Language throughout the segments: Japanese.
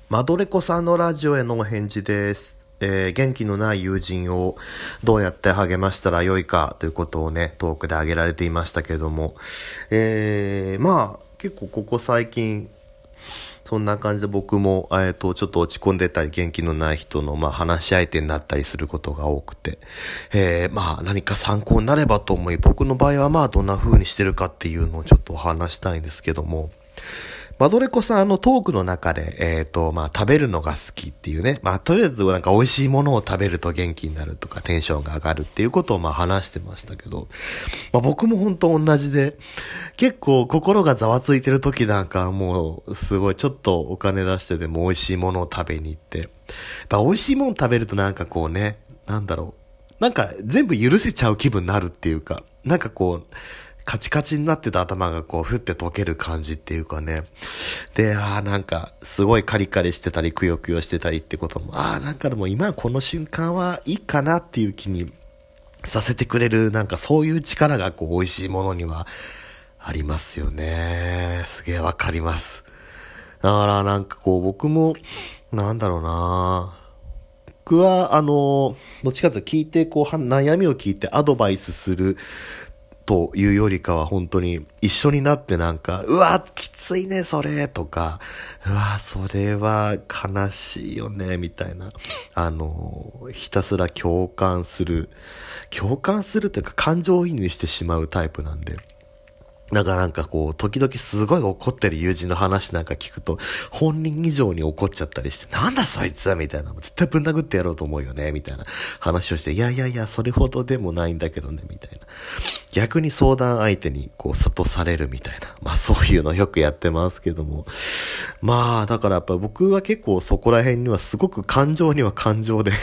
マドレコさんのラジオへのお返事です。元気のない友人をどうやって励ましたらよいかということをね、トークで挙げられていましたけれども、結構ここ最近、そんな感じで僕も、ちょっと落ち込んでたり元気のない人の、話し相手になったりすることが多くて、何か参考になればと思い、僕の場合はどんな風にしてるかっていうのをちょっとお話したいんですけども、マドレコさんトークの中で、食べるのが好きっていうね、とりあえずなんか美味しいものを食べると元気になるとかテンションが上がるっていうことを話してましたけど、僕も本当同じで、結構心がざわついてる時なんかもうすごいちょっとお金出してでも美味しいものを食べに行って、美味しいものを食べるとなんかこうね、なんか全部許せちゃう気分になるっていうか、なんかこう、カチカチになってた頭がこう、ふって溶ける感じっていうかね。で、なんか、すごいカリカリしてたり、くよくよしてたりってことも、なんかでも今この瞬間はいいかなっていう気にさせてくれる、なんかそういう力がこう、美味しいものにはありますよね。すげえわかります。だからなんかこう、僕も、僕は、どっちかというと聞いて、こう、悩みを聞いてアドバイスするというよりかは本当に一緒になってなんか、うわ、きついね、それ、とか、うわ、それは悲しいよね、みたいな。ひたすら共感するというか感情移入してしまうタイプなんで。なんかこう、時々すごい怒ってる友人の話なんか聞くと、本人以上に怒っちゃったりして、なんだそいつはみたいな。絶対ぶん殴ってやろうと思うよねみたいな話をして、いや、それほどでもないんだけどね、みたいな。逆に相談相手にこう、諭されるみたいな。そういうのよくやってますけども。だからやっぱ僕は結構そこら辺にはすごく感情には感情で、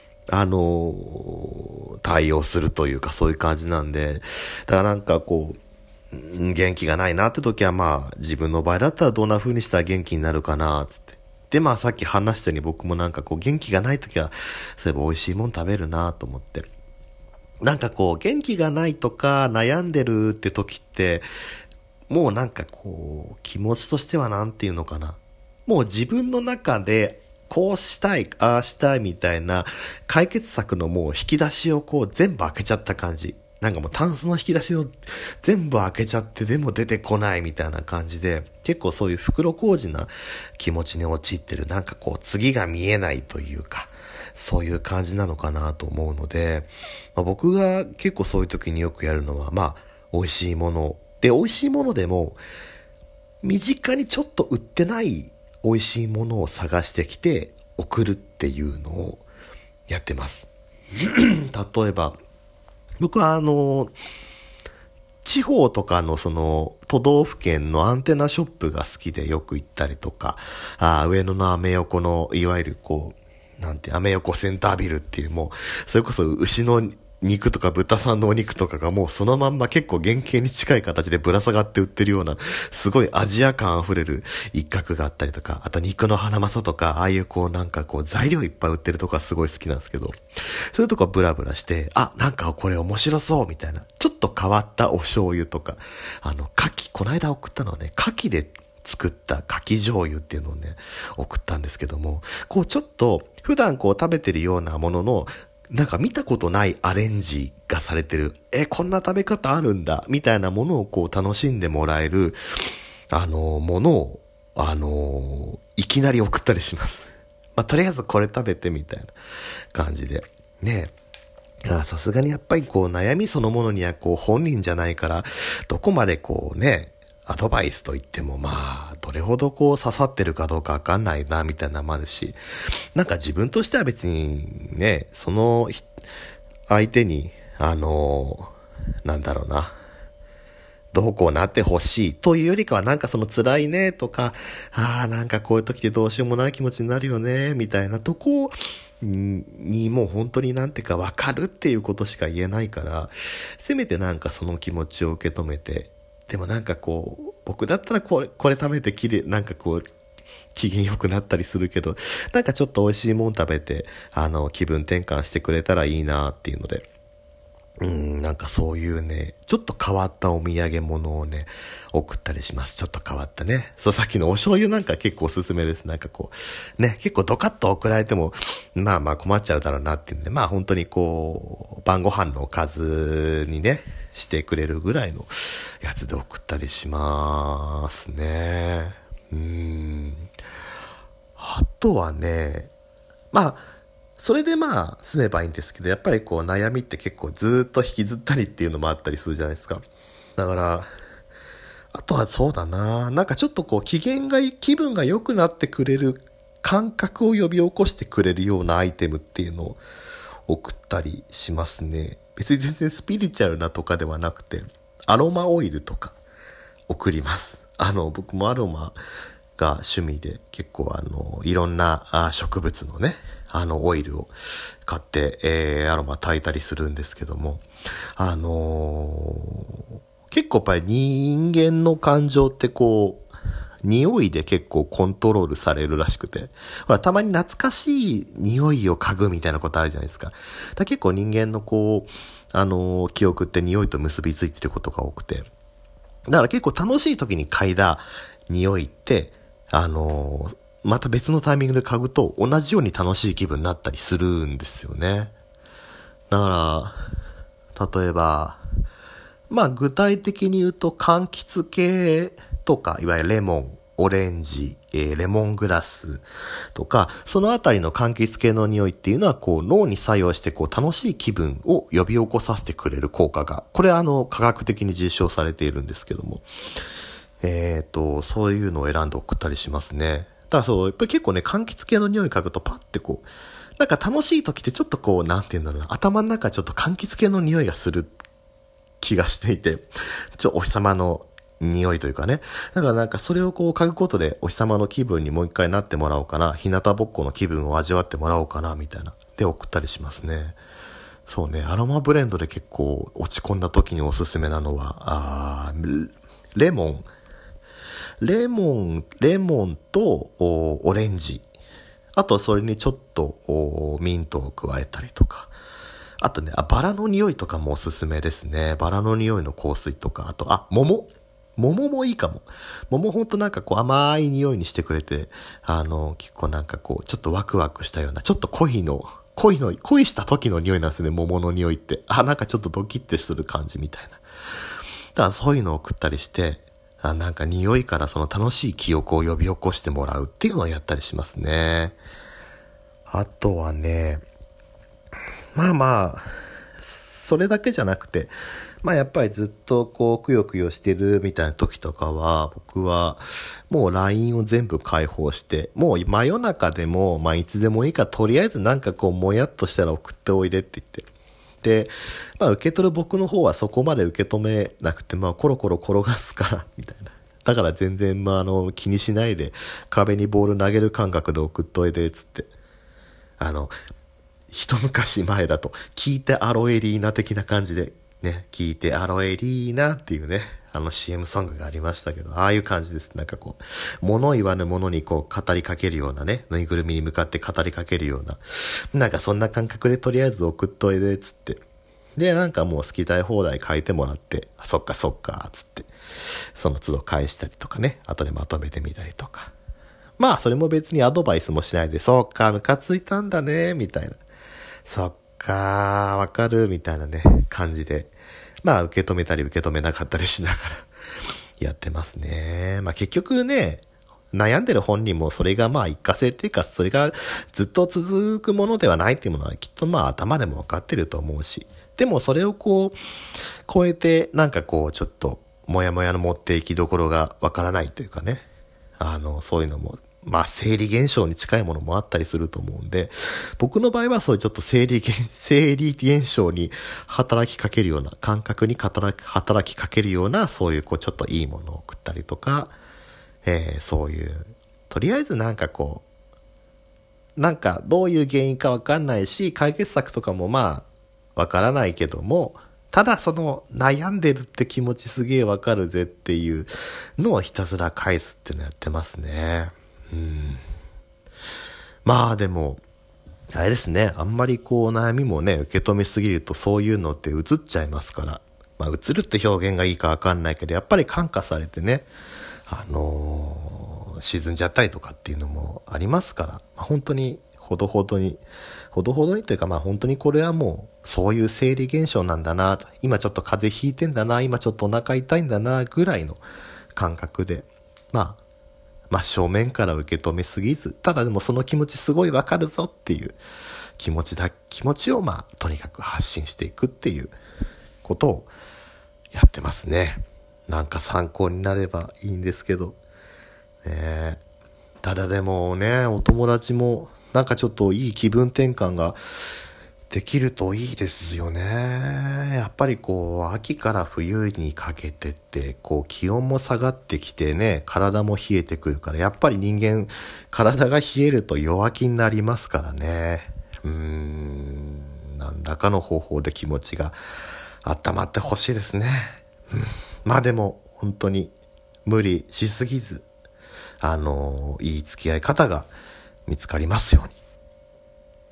対応するというかそういう感じなんで、だからなんかこう、元気がないなって時は自分の場合だったらどんな風にしたら元気になるかなつって。でさっき話したように僕もなんかこう元気がない時はそういえば美味しいもん食べるなと思って。なんかこう元気がないとか悩んでるって時ってもうなんかこう気持ちとしてはなんていうのかな。もう自分の中でこうしたい、ああしたいみたいな解決策のもう引き出しをこう全部開けちゃった感じ。なんかもうタンスの引き出しを全部開けちゃってでも出てこないみたいな感じで、結構そういう袋小路な気持ちに陥ってる、なんかこう次が見えないというか、そういう感じなのかなと思うので、僕が結構そういう時によくやるのは、美味しいもの。で、美味しいものでも、身近にちょっと売ってない美味しいものを探してきて送るっていうのをやってます。例えば、僕は地方とかのその都道府県のアンテナショップが好きでよく行ったりとか、上野のアメ横のいわゆるこう、アメ横センタービルっていうもう、それこそ牛の肉とか豚さんのお肉とかがもうそのまんま結構原型に近い形でぶら下がって売ってるような、すごいアジア感あふれる一角があったりとか、あと肉のハナマサとか、ああいうこうなんかこう材料いっぱい売ってるとこはすごい好きなんですけど、そういうとこブラブラして、なんかこれ面白そうみたいな、ちょっと変わったお醤油とか、牡蠣、この間送ったのはね、牡蠣で作った牡蠣醤油っていうのをね、送ったんですけども、こうちょっと普段こう食べてるようなものの、なんか見たことないアレンジがされてる。こんな食べ方あるんだ。みたいなものをこう楽しんでもらえる、ものを、いきなり送ったりします。とりあえずこれ食べてみたいな感じで。ねさすがにやっぱりこう悩みそのものにはこう本人じゃないから、どこまでこうね、アドバイスと言ってもどれほどこう刺さってるかどうかわかんないなみたいなのもあるし、なんか自分としては別にね、その相手にどうこうなってほしいというよりかはなんかその辛いねとか、なんかこういう時ってどうしようもない気持ちになるよねみたいなとこにもう本当になんていうか分かるっていうことしか言えないから、せめてなんかその気持ちを受け止めて、でもなんかこう僕だったらこれ食べてなんかこう機嫌良くなったりするけど、なんかちょっと美味しいもん食べて気分転換してくれたらいいなっていうのでなんかそういうね、ちょっと変わったお土産物をね、送ったりします。ちょっと変わったね。そう、さっきのお醤油なんか結構おすすめです。なんかこう、ね、結構ドカッと送られても、まあまあ困っちゃうだろうなっていうんで、まあ本当にこう、晩ご飯のおかずにね、してくれるぐらいのやつで送ったりしますね。あとはね、まあ、それでまあ、済めばいいんですけど、やっぱりこう悩みって結構ずーっと引きずったりっていうのもあったりするじゃないですか。だから、あとはそうだな、なんかちょっとこう気分が良くなってくれる感覚を呼び起こしてくれるようなアイテムっていうのを送ったりしますね。別に全然スピリチュアルなとかではなくて、アロマオイルとか送ります。僕もアロマが趣味で結構いろんな植物のね、オイルを買って、アロマ炊いたりするんですけども、結構やっぱり人間の感情ってこう、匂いで結構コントロールされるらしくて。ほら、たまに懐かしい匂いを嗅ぐみたいなことあるじゃないですか。だから結構人間のこう、記憶って匂いと結びついてることが多くて。だから結構楽しい時に嗅いだ匂いって、また別のタイミングで嗅ぐと同じように楽しい気分になったりするんですよね。だから、例えば、まあ具体的に言うと柑橘系とか、いわゆるレモン、オレンジ、レモングラスとか、そのあたりの柑橘系の匂いっていうのはこう脳に作用してこう楽しい気分を呼び起こさせてくれる効果が、これは科学的に実証されているんですけども、そういうのを選んで送ったりしますね。だからそう、やっぱり結構ね、柑橘系の匂い嗅ぐとパッてこう、なんか楽しい時ってちょっとこう、なんて言うんだろうな、頭の中ちょっと柑橘系の匂いがする気がしていて、お日様の匂いというかね。だからなんかそれをこう嗅ぐことでお日様の気分にもう一回なってもらおうかな。日向ぼっこの気分を味わってもらおうかな、みたいな。で送ったりしますね。そうね、アロマブレンドで結構落ち込んだ時におすすめなのは、レモン。レモンとオレンジ。あとそれにちょっとミントを加えたりとか。あとね、バラの匂いとかもおすすめですね。バラの匂いの香水とか。あと、桃もいいかも。桃ほんとなんかこう甘い匂いにしてくれて、結構なんかこう、ちょっとワクワクしたような、ちょっと恋した時の匂いなんですね、桃の匂いって。なんかちょっとドキッてする感じみたいな。だからそういうのを送ったりして、なんか匂いからその楽しい記憶を呼び起こしてもらうっていうのをやったりしますね。あとはね、まあまあ、それだけじゃなくて、まあやっぱりずっとこうくよくよしてるみたいな時とかは、僕はもう LINE を全部開放して、もう真夜中でも、まあいつでもいいからとりあえずなんかこうもやっとしたら送っておいでって言って。で、まあ受け取る僕の方はそこまで受け止めなくて、まあコロコロ転がすから、みたいな。だから全然気にしないで壁にボール投げる感覚で送っといで、つって。一昔前だと、聞いてアロエリーナ的な感じで、ね、聞いてアロエリーナっていうね、CM ソングがありましたけど、ああいう感じです。なんかこう、物言わぬ物にこう語りかけるようなね、ぬいぐるみに向かって語りかけるような、なんかそんな感覚でとりあえず送っといで、つって。で、なんかもう好きたい放題書いてもらって、そっか、つって。その都度返したりとかね、後でまとめてみたりとか。まあ、それも別にアドバイスもしないで、そうか、ムカついたんだね、みたいな。そっかー、わかる、みたいなね、感じで。まあ、受け止めたり受け止めなかったりしながらやってますね。まあ結局ね、悩んでる本人もそれがまあ一過性っていうか、それがずっと続くものではないっていうものはきっとまあ頭でもわかってると思うし。でもそれをこう、超えてなんかこうちょっと、もやもやの持っていきどころがわからないというかね。そういうのも、まあ生理現象に近いものもあったりすると思うんで、僕の場合はそういうちょっと生理現象に働きかけるような、感覚に働きかけるような、そういうこうちょっといいものを送ったりとか、そういう、とりあえずなんかこう、なんかどういう原因かわかんないし、解決策とかもまあ、わからないけども、ただその悩んでるって気持ちすげえわかるぜっていうのをひたすら返すっていうのやってますね。まあでも、 あれですね、あんまりこう悩みもね、受け止めすぎるとそういうのって映っちゃいますから。まあ映るって表現がいいかわかんないけど、やっぱり感化されてね、沈んじゃったりとかっていうのもありますから、まあ、本当にほどほどにというか、まあ本当にこれはもうそういう生理現象なんだな、今ちょっと風邪ひいてんだな、今ちょっとお腹痛いんだな、ぐらいの感覚で、真正面から受け止めすぎず、ただでもその気持ちすごいわかるぞっていう気持ちをとにかく発信していくっていうことをやってますね。なんか参考になればいいんですけど。ただでもね、お友達もなんかちょっといい気分転換ができるといいですよね。やっぱりこう秋から冬にかけてってこう気温も下がってきてね、体も冷えてくるから、やっぱり人間体が冷えると弱気になりますからね。何らかの方法で気持ちが温まってほしいですね。まあでも本当に無理しすぎず、いい付き合い方が見つかりますように。